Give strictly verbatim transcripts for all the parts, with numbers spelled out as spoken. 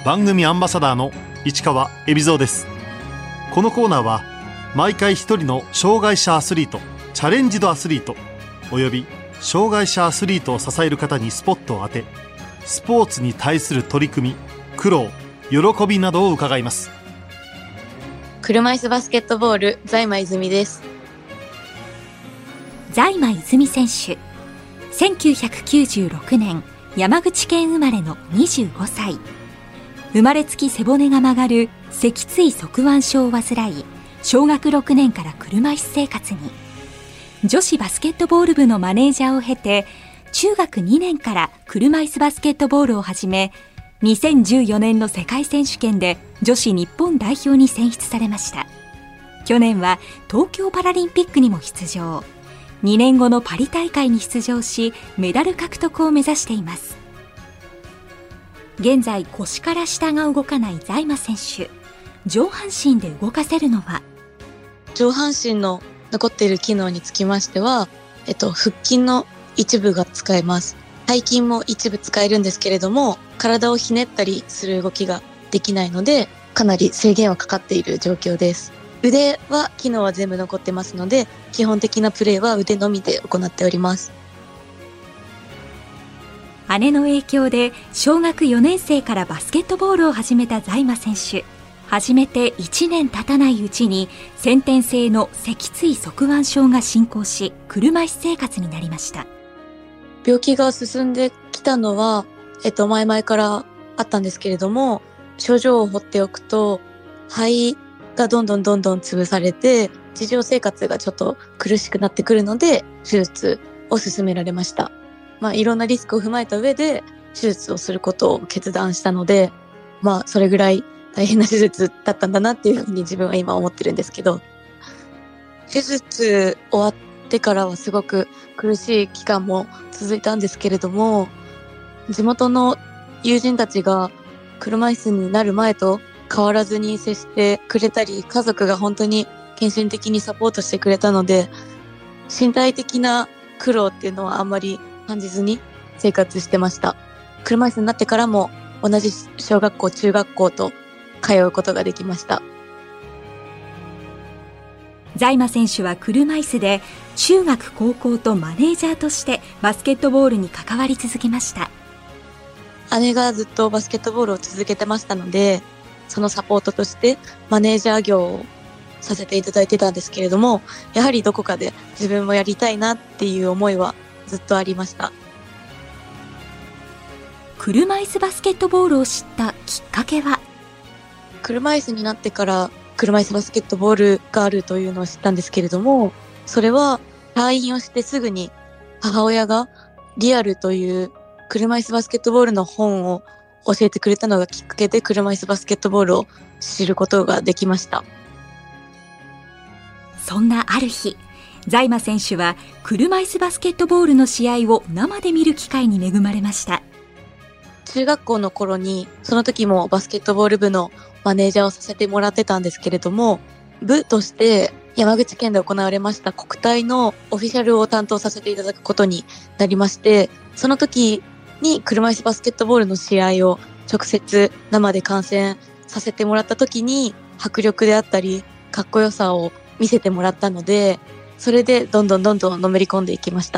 番組アンバサダーの市川海老蔵です。このコーナーは毎回一人の障害者アスリート、チャレンジドアスリートおよび障害者アスリートを支える方にスポットを当て、スポーツに対する取り組み、苦労、喜びなどを伺います。 車椅子バスケットボール財間泉です。 財間泉選手、せんきゅうひゃくきゅうじゅうろくねん山口県生まれのにじゅうごさい。生まれつき背骨が曲がる脊椎側腕症を患い、小学ろくねんから車椅子生活に。女子バスケットボール部のマネージャーを経て、中学にねんから車椅子バスケットボールを始め、にせんじゅうよねんの世界選手権で女子日本代表に選出されました。去年は東京パラリンピックにも出場。にねんごのパリ大会に出場し、メダル獲得を目指しています。現在、腰から下が動かない財間選手。上半身で動かせるのは？ 上半身の残っている機能につきましては、えっと、腹筋の一部が使えます。背筋も一部使えるんですけれども、体をひねったりする動きができないので、かなり制限はかかっている状況です。腕は機能は全部残ってますので、基本的なプレーは腕のみで行っております。 姉の影響で小学よねん生からバスケットボールを始めた財間選手。始めていちねん経たないうちに先天性の脊椎側腕症が進行し、車椅子生活になりました。 病気が進んできたのは、えっと、前々からあったんですけれども、症状を放っておくと、肺がどんどんどんどん潰されて、日常生活がちょっと苦しくなってくるので、手術を勧められました。まあ、いろんなリスクを踏まえた上で、手術をすることを決断したので、まあ、それぐらい大変な手術だったんだなっていうふうに自分は今思ってるんですけど、手術終わってからはすごく苦しい期間も続いたんですけれども、地元の友人たちが車椅子になる前と変わらずに接してくれたり、家族が本当に献身的にサポートしてくれたので、身体的な苦労っていうのはあんまり感じずに生活してました。車椅子になってからも同じ小学校、中学校と通うことができました。 財間選手は車椅子で中学高校とマネージャーとしてバスケットボールに関わり続けました。 姉がずっとバスケットボールを続けてましたので、そのサポートとしてマネージャー業をさせていただいてたんですけれども、やはりどこかで自分もやりたいなっていう思いはずっとありました。 車椅子バスケットボールを知ったきっかけは？ 車椅子になってから車椅子バスケットボールがあるというのを知ったんですけれども、それは退院をしてすぐに母親がリアルという車椅子バスケットボールの本を教えてくれたのがきっかけで、車椅子バスケットボールを知ることができました。 そんなある日、財間選手は車椅子バスケットボールの試合を生で見る機会に恵まれました。 中学校の頃に、その時もバスケットボール部のマネージャーをさせてもらってたんですけれども、部として山口県で行われました国体のオフィシャルを担当させていただくことになりまして、その時に車椅子バスケットボールの試合を直接生で観戦させてもらった時に、迫力であったりかっこよさを見せてもらったので、それでどんどんどんどんのめり込んでいきました。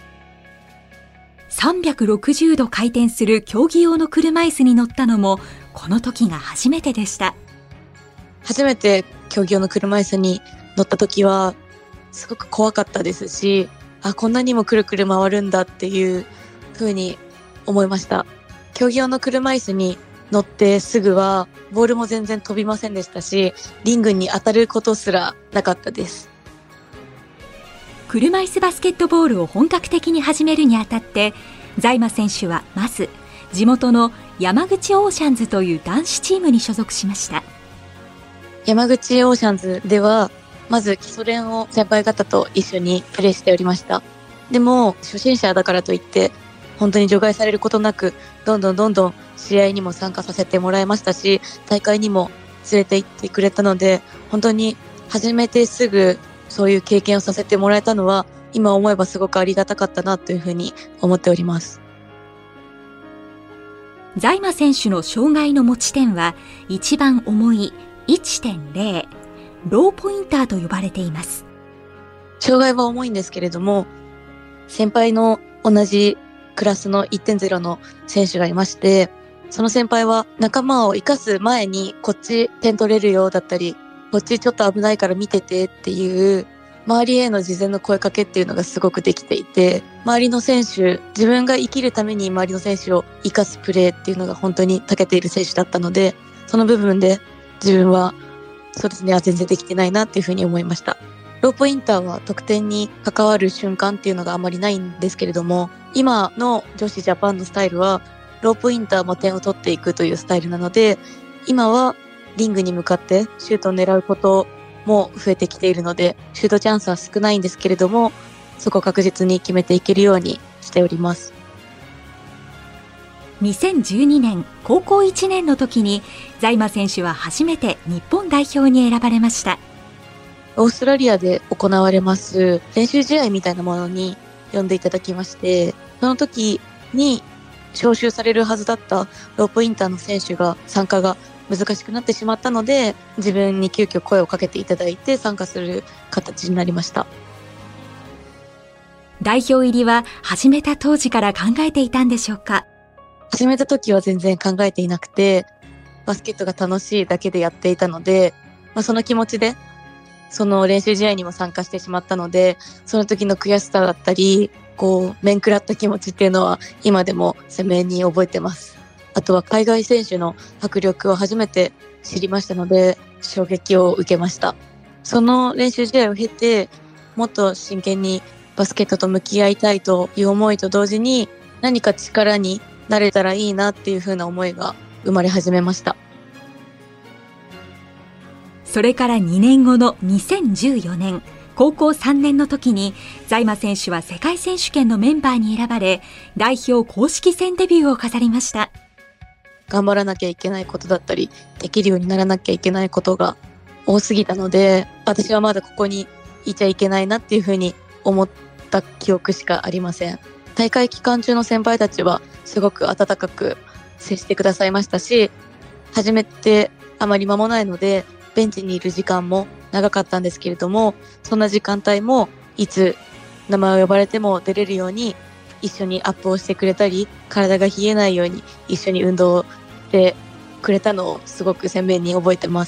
さんびゃくろくじゅうど回転する競技用の車椅子に乗ったのもこの時が初めてでした。 初めて競技用の車椅子に乗った時はすごく怖かったですし、あ、こんなにもくるくる回るんだっていう風に思いました。競技用の車椅子に乗ってすぐはボールも全然飛びませんでしたし、リングに当たることすらなかったです。 車椅子バスケットボールを本格的に始めるにあたって、財間選手はまず地元の山口オーシャンズという男子チームに所属しました。 山口オーシャンズではまず基礎練を先輩方と一緒にプレーしておりました。でも初心者だからといって本当に除外されることなく、どんどんどんどん試合にも参加させてもらいましたし、大会にも連れて行ってくれたので、本当に始めてすぐそういう経験をさせてもらえたのは、今思えばすごくありがたかったなというふうに思っております。 財馬選手の障害の持ち点は一番重い いってんゼロ、ローポインターと呼ばれています。 障害は重いんですけれども、先輩の同じクラスの いってんゼロ の選手がいまして、その先輩は仲間を生かす前にこっち点取れるよだったり、こっちちょっと危ないから見ててっていう周りへの事前の声かけっていうのがすごくできていて、周りの選手、自分が生きるために周りの選手を生かすプレーっていうのが本当に長けている選手だったので、その部分で自分はそうですね、全然できてないなっていうふうに思いました。ローポインターは得点に関わる瞬間っていうのがあまりないんですけれども、今の女子ジャパンのスタイルはローポインターも点を取っていくというスタイルなので、今はリングに向かってシュートを狙うことも増えてきているので、シュートチャンスは少ないんですけれども、そこを確実に決めていけるようにしております。 にせんじゅうにねん高校いちねんの時に財馬選手は初めて日本代表に選ばれました。 オーストラリアで行われます練習試合みたいなものに呼んでいただきまして、その時に招集されるはずだったローポインターの選手が参加が難しくなってしまったので、自分に急遽声をかけていただいて参加する形になりました。 代表入りは始めた当時から考えていたんでしょうか？ 始めた時は全然考えていなくて、バスケットが楽しいだけでやっていたので、まあ、その気持ちでその練習試合にも参加してしまったので、その時の悔しさだったり、こう面食らった気持ちっていうのは今でも鮮明に覚えてます。あとは海外選手の迫力を初めて知りましたので、衝撃を受けました。その練習試合を経て、もっと真剣にバスケットと向き合いたいという思いと同時に、何か力になれたらいいなっていう風な思いが生まれ始めました。 それからにねんごのにせんじゅうよねん、高校さんねんの時に財馬選手は世界選手権のメンバーに選ばれ、代表公式戦デビューを飾りました。 頑張らなきゃいけないことだったり、できるようにならなきゃいけないことが多すぎたので、私はまだここにいちゃいけないなっていうふうに思った記憶しかありません。大会期間中の先輩たちはすごく温かく接してくださいましたし、始めてあまり間もないのでベンチにいる時間も長かったんですけれども、そんな時間帯もいつ名前を呼ばれても出れるように一緒にアップをしてくれたり、体が冷えないように一緒に運動してくれたのをすごく鮮明に覚えてます。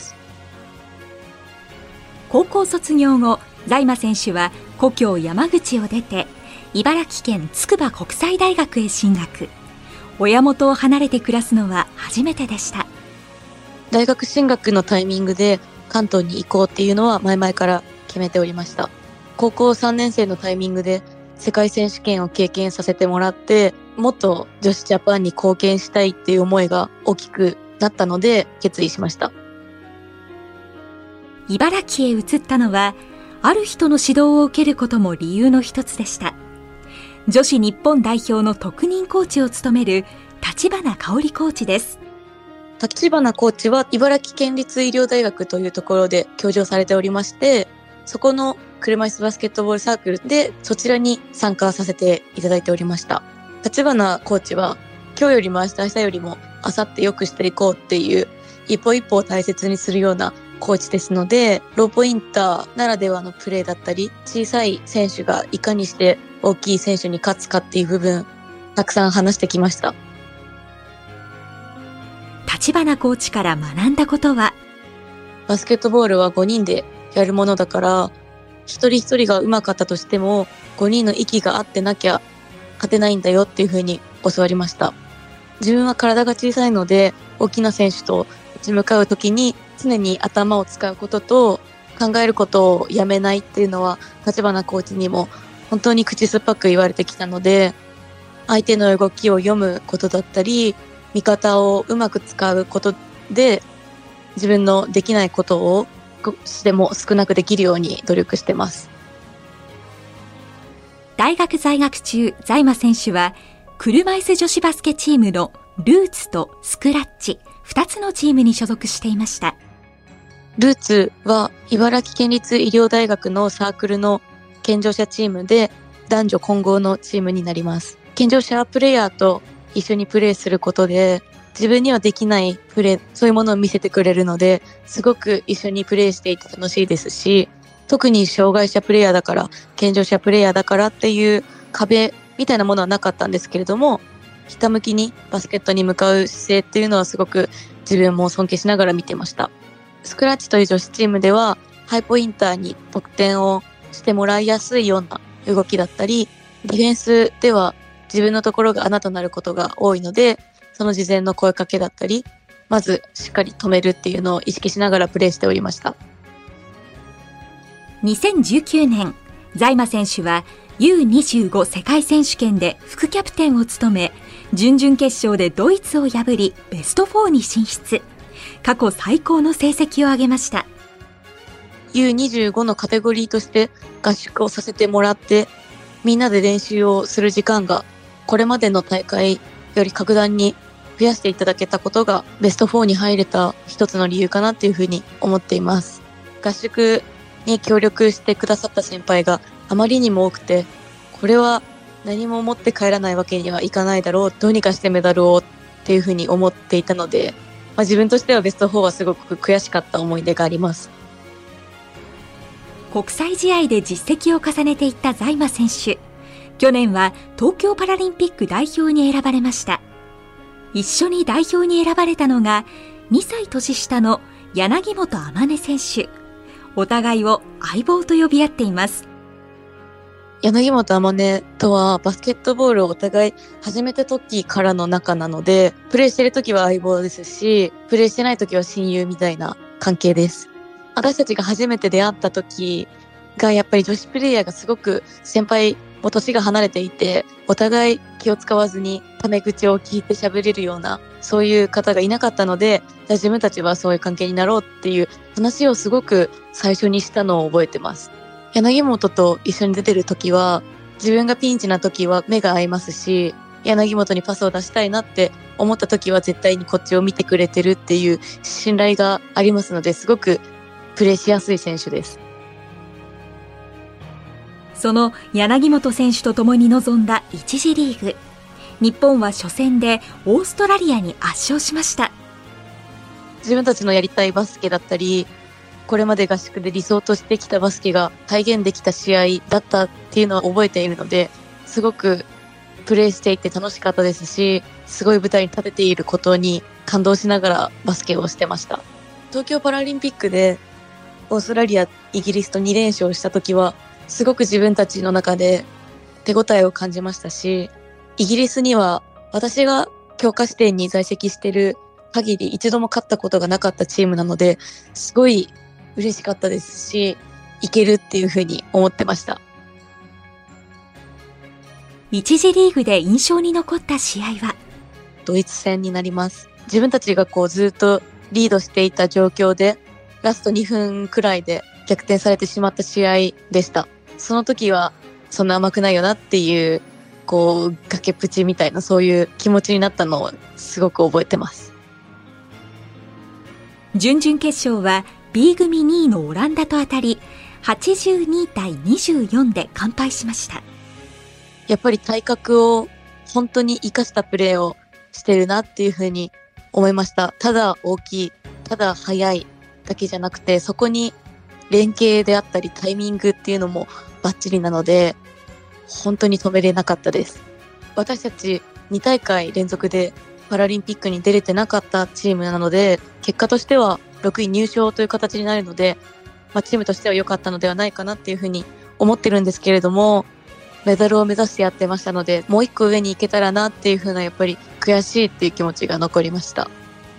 高校卒業後、財馬選手は故郷山口を出て茨城県筑波国際大学へ進学。親元を離れて暮らすのは初めてでした。 大学進学のタイミングで関東に行こうっていうのは前々から決めておりました。高校さんねん生のタイミングで世界選手権を経験させてもらって、もっと女子ジャパンに貢献したいっていう思いが大きくなったので決意しました。 茨城へ移ったのは、ある人の指導を受けることも理由の一つでした。女子日本代表の特任コーチを務める立花香織コーチです。 立花コーチは茨城県立医療大学というところで教授をされておりまして、そこの車椅子バスケットボールサークルでそちらに参加させていただいておりました。立花コーチは今日よりも明日、明日よりも明後日良くしていこうっていう一歩一歩を大切にするようなコーチですので、ローポインターならではのプレーだったり、小さい選手がいかにして大きい選手に勝つかっていう部分、たくさん話してきました。 立花コーチから学んだことは、 バスケットボールはごにんでやるものだから、一人一人が上手かったとしてもごにんの息が合ってなきゃ勝てないんだよっていう風に教わりました。自分は体が小さいので、大きな選手と立ち向かうときに常に頭を使うことと考えることをやめないっていうのは、立花コーチにも本当に口酸っぱく言われてきたので、相手の動きを読むことだったり、味方をうまく使うことで自分のできないことを少しでも少なくできるように努力してます。 大学在学中、財馬選手は車椅子女子バスケチームのルーツとスクラッチふたつのチームに所属していました。 ルーツは茨城県立医療大学のサークルの健常者チームで、男女混合のチームになります。健常者プレイヤーと一緒にプレーすることで、 自分にはできないプレー、そういうものを見せてくれるので、すごく一緒にプレーしていて楽しいですし、特に障害者プレイヤーだから、健常者プレイヤーだからっていう壁みたいなものはなかったんですけれども、ひたむきにバスケットに向かう姿勢っていうのはすごく自分も尊敬しながら見てました。スクラッチという女子チームでは、ハイポインターに得点をしてもらいやすいような動きだったり、ディフェンスでは自分のところが穴となることが多いので、その事前の声かけだったり、まずしっかり止めるっていうのを意識しながらプレーしておりました。 にせんじゅうきゅうねん、財満選手は ユーにじゅうご 世界選手権で副キャプテンを務め、準々決勝でドイツを破りベストフォーに進出。過去最高の成績を挙げました。 ユーにじゅうご のカテゴリーとして合宿をさせてもらって、みんなで練習をする時間がこれまでの大会より格段に増やしていただけたことがベストフォーに入れた一つの理由かなっていうふうに思っています。合宿に協力してくださった先輩があまりにも多くて、これは何も持って帰らないわけにはいかないだろう、どうにかしてメダルをっていうふうに思っていたので、まあ、自分としてはベストフォーはすごく悔しかった思い出があります。 国際試合で実績を重ねていった財満選手、去年は東京パラリンピック代表に選ばれました。一緒に代表に選ばれたのがにさい年下の柳本天音選手。お互いを相棒と呼び合っています。 柳本天音とはバスケットボールをお互い始めた時からの仲なので、プレーしてる時は相棒ですし、プレーしてない時は親友みたいな関係です。私たちが初めて出会った時がやっぱり女子プレイヤーがすごく先輩も年が離れていて、お互い気を使わずにタメ口を聞いて喋れるような、そういう方がいなかったので、じゃあ自分たちはそういう関係になろうっていう話をすごく最初にしたのを覚えてます。柳本と一緒に出てる時は、自分がピンチな時は目が合いますし、柳本にパスを出したいなって思った時は絶対にこっちを見てくれてるっていう信頼がありますので、すごくプレーしやすい選手です。 その柳本選手と共に臨んだ一次リーグ。日本は初戦でオーストラリアに圧勝しました。 自分たちのやりたいバスケだったり、これまで合宿で理想としてきたバスケが体現できた試合だったっていうのは覚えているので、すごくプレーしていて楽しかったですし、すごい舞台に立てていることに感動しながらバスケをしてました。東京パラリンピックでオーストラリア、イギリスとに連勝した時は、すごく自分たちの中で手応えを感じましたし、イギリスには私が強化指定に在籍している限り一度も勝ったことがなかったチームなので、すごい嬉しかったですし、いけるっていうふうに思ってました。 一次リーグで印象に残った試合はドイツ戦になります。自分たちがこうずっとリードしていた状況で、ラストにふんくらいで逆転されてしまった試合でした。その時はそんな甘くないよなっていう、こう崖っぷちみたいな、そういう気持ちになったのをすごく覚えてます。 準々決勝は B 組にいのオランダと当たり、はちじゅうにたいにじゅうよんで完敗しました。 やっぱり体格を本当に生かしたプレーをしてるなっていうふうに思いました。ただ大きい、ただ速いだけじゃなくて、そこに連携であったりタイミングっていうのもバッチリなので、本当に止めれなかったです。私たちに大会連続でパラリンピックに出れてなかったチームなので、結果としてはろくい入賞という形になるので、まあ、チームとしては良かったのではないかなっていうふうに思ってるんですけれども、メダルを目指してやってましたので、もう一個上に行けたらなっていうふうな、やっぱり悔しいっていう気持ちが残りました。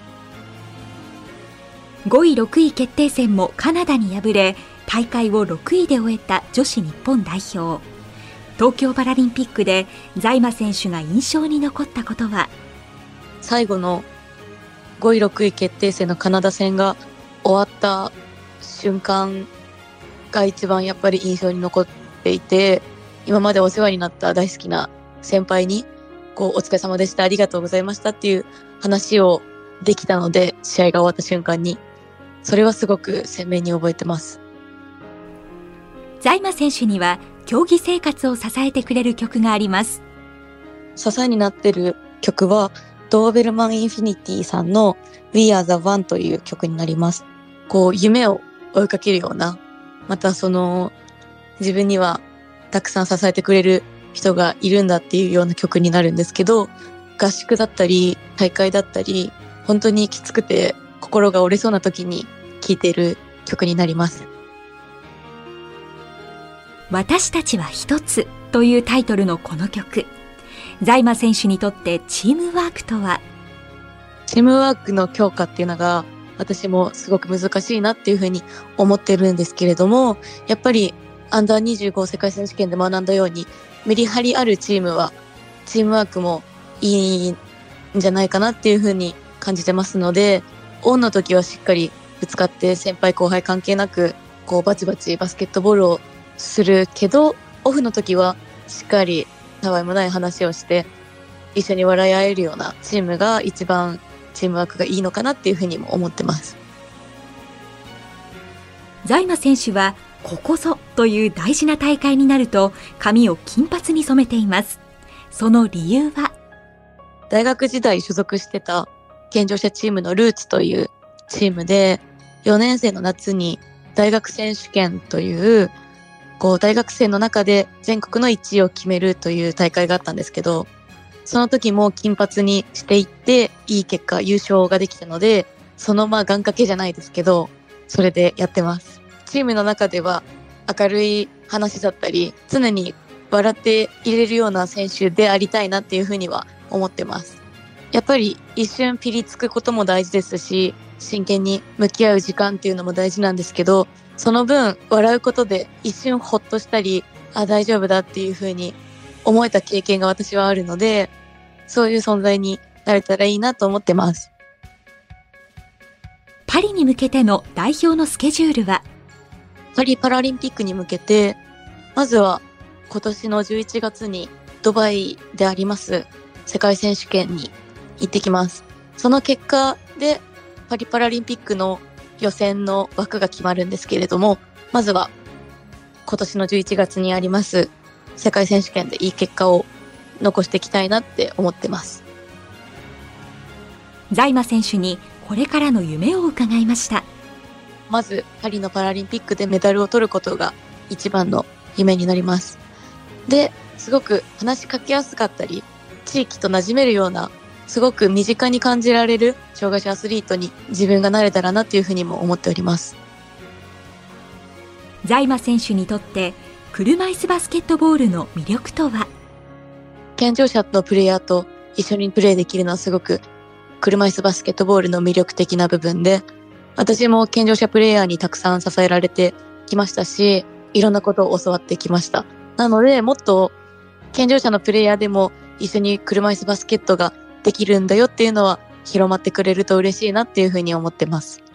ごいろくい決定戦もカナダに敗れ、大会をろくいで終えた女子日本代表。東京パラリンピックで財満選手が印象に残ったことは、 最後のごいろくい決定戦のカナダ戦が終わった瞬間が一番やっぱり印象に残っていて、今までお世話になった大好きな先輩にこうお疲れ様でした、ありがとうございましたっていう話をできたので、試合が終わった瞬間にそれはすごく鮮明に覚えてます。 財満選手には競技生活を支えてくれる曲があります。 支えになってる曲はドーベルマンインフィニティさんの We Are the One という曲になります。こう夢を追いかけるような、またその自分にはたくさん支えてくれる人がいるんだっていうような曲になるんですけど、合宿だったり大会だったり本当にきつくて心が折れそうな時に聴いている曲になります。 私たちは一つというタイトルのこの曲、財満選手にとってチームワークとは？ チームワークの強化っていうのが私もすごく難しいなっていうふうに思ってるんですけれども、やっぱりアンダーにじゅうご世界選手権で学んだようにメリハリあるチームはチームワークもいいんじゃないかなっていうふうに感じてますので、オンの時はしっかりぶつかって先輩後輩関係なくこうバチバチバスケットボールをするけど、オフの時はしっかりたわいもない話をして一緒に笑い合えるようなチームが一番チームワークがいいのかなっていうふうにも思ってます。 財満選手はここぞという大事な大会になると髪を金髪に染めています。その理由は？ 大学時代所属してた健常者チームのルーツというチームで、よねん生の夏に大学選手権というこう大学生の中で全国のいちいを決めるという大会があったんですけど、その時も金髪にしていっていい結果優勝ができたので、そのまあ願掛けじゃないですけどそれでやってます。チームの中では明るい話だったり常に笑っていれるような選手でありたいなっていうふうには思ってます。やっぱり一瞬ピリつくことも大事ですし、真剣に向き合う時間っていうのも大事なんですけど、その分笑うことで一瞬ほっとしたり、あ、大丈夫だっていうふうに思えた経験が私はあるので、そういう存在になれたらいいなと思ってます。 パリに向けての代表のスケジュールは？ パリパラリンピックに向けて、まずは今年のじゅういちがつにドバイであります世界選手権に行ってきます。その結果でパリパラリンピックの予選の枠が決まるんですけれども、まずは今年のじゅういちがつにあります世界選手権でいい結果を残していきたいなって思ってます。 財満選手にこれからの夢を伺いました。 まずパリのパラリンピックでメダルを取ることが一番の夢になります。で、すごく話しかけやすかったり、地域と馴染めるような、すごく身近に感じられる障害者アスリートに自分がなれたらなというふうにも思っております。 財満選手にとって車椅子バスケットボールの魅力とは？ 健常者のプレイヤーと一緒にプレーできるのはすごく車椅子バスケットボールの魅力的な部分で、私も健常者プレイヤーにたくさん支えられてきましたし、いろんなことを教わってきました。なので、もっと健常者のプレイヤーでも一緒に車椅子バスケットができるんだよっていうのは広まってくれると嬉しいなっていうふうに思ってます。